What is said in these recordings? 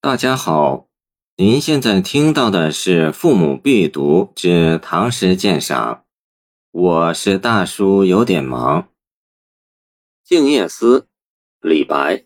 大家好，您现在听到的是《父母必读之唐诗鉴赏》，我是大叔，有点忙。静夜思，李白。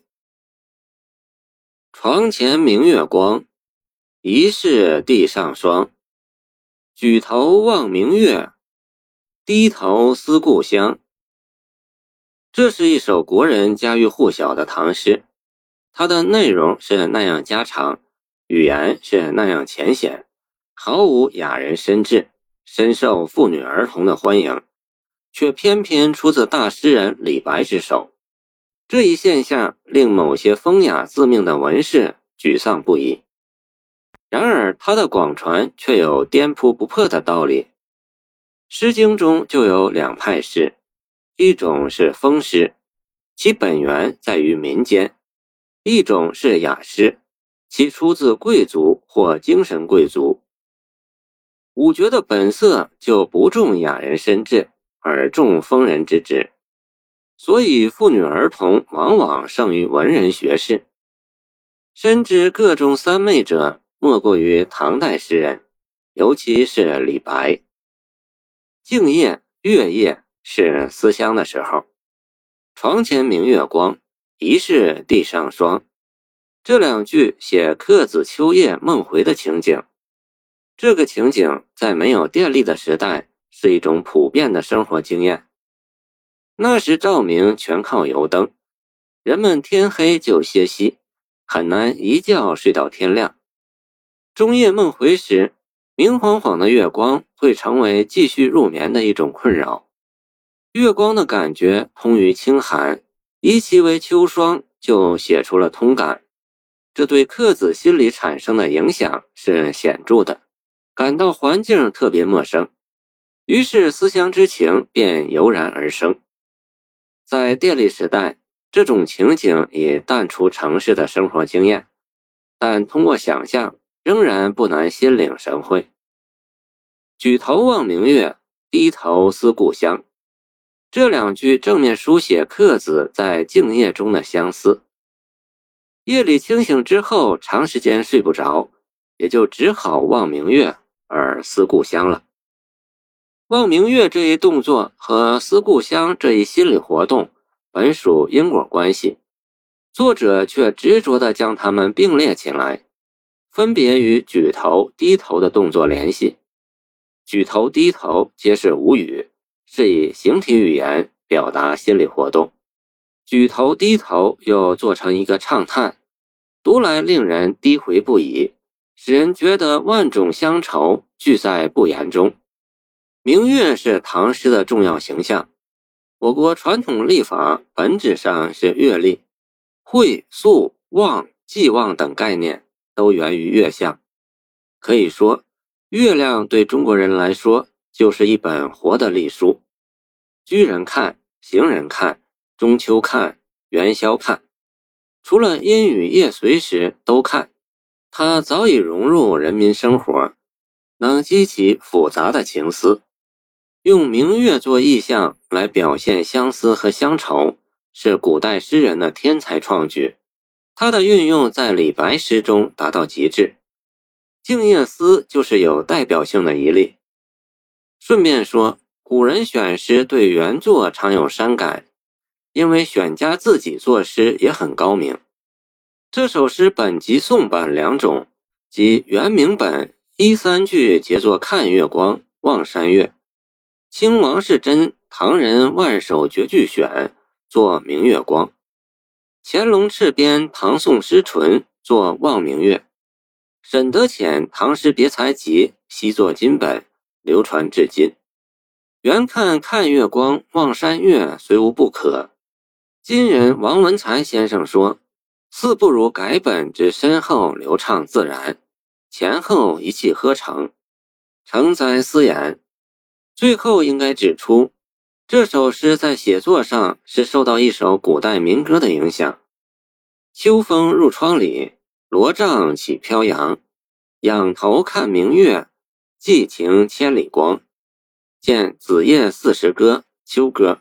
床前明月光，疑是地上霜。举头望明月，低头思故乡。这是一首国人家喻户晓的唐诗，它的内容是那样家常，语言是那样浅显，毫无雅人深志，深受妇女儿童的欢迎，却偏偏出自大诗人李白之手。这一现象令某些风雅自命的文士沮丧不已。然而他的广传却有颠扑不破的道理。诗经中就有两派诗，一种是风诗，其本源在于民间；一种是雅诗，其出自贵族或精神贵族。武绝的本色就不重雅人深志，而重风人之志，所以妇女儿童往往胜于文人学士。深知各中三昧者，莫过于唐代诗人，尤其是李白。静夜、月夜是思乡的时候，床前明月光，疑是地上霜。这两句写客子秋夜梦回的情景。这个情景在没有电力的时代是一种普遍的生活经验。那时照明全靠油灯，人们天黑就歇息，很难一觉睡到天亮。中夜梦回时，明晃晃的月光会成为继续入眠的一种困扰。月光的感觉通于清寒，以其为秋霜，就写出了通感。这对客子心理产生的影响是显著的，感到环境特别陌生，于是思乡之情便油然而生。在电力时代，这种情景已淡出城市的生活经验，但通过想象仍然不难心领神会。举头望明月，低头思故乡。这两句正面书写客子在静夜中的相思。夜里清醒之后，长时间睡不着，也就只好望明月而思故乡了。望明月这一动作和思故乡这一心理活动本属因果关系，作者却执着地将它们并列起来，分别与举头、低头的动作联系。举头、低头皆是无语，是以形体语言表达心理活动。举头、低头又做成一个畅叹，读来令人低回不已，使人觉得万种乡愁聚在不言中。明月是唐诗的重要形象。我国传统历法本质上是月历，会、宿、望、寄望等概念都源于月相。可以说，月亮对中国人来说就是一本活的历书。居人看，行人看，中秋看，元宵看，除了阴雨夜随时都看。它早已融入人民生活，能激起复杂的情思。用明月做意象来表现相思和乡愁，是古代诗人的天才创举。它的运用在李白诗中达到极致。静夜思就是有代表性的一例。顺便说，古人选诗对原作常有删改，因为选家自己作诗也很高明。这首诗本集宋版两种，即元明本一三句节作看月光、望山月，清王世贞唐人万首绝句选作明月光，乾隆敕编唐宋诗纯作望明月，沈德潜唐诗别才集习作金本，流传至今。原看月光、望山月虽无不可，今人王文才先生说，似不如改本之深厚流畅自然，前后一气呵成，诚哉思言。最后应该指出，这首诗在写作上是受到一首古代民歌的影响。秋风入窗里，罗帐起飘扬，仰头看明月，寄情千里光。见子夜40歌秋歌。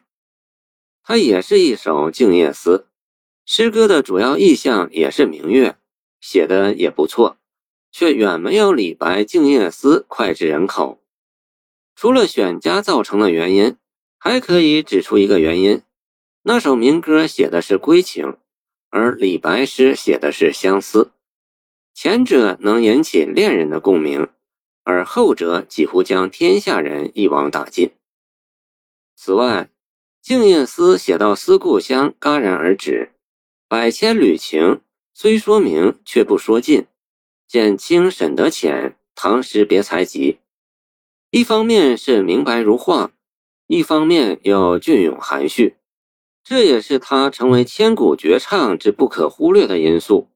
它也是一首静夜思，诗歌的主要意象也是明月， 写的也不错，却远没有李白《静夜思》脍炙人口。除了选家造成的原因，还可以指出一个原因，那首民歌写的是归情，而李白诗写的是相思。前者能引起恋人的共鸣，而后者几乎将天下人一网打尽。此外，静夜思写到思故乡戛然而止，百千缕情虽说明却不说尽，见清审得浅，唐诗别才集。一方面是明白如画，一方面又隽永含蓄，这也是他成为千古绝唱之不可忽略的因素。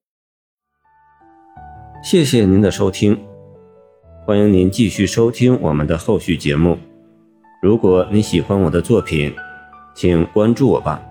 谢谢您的收听，欢迎您继续收听我们的后续节目。如果你喜欢我的作品，请关注我吧。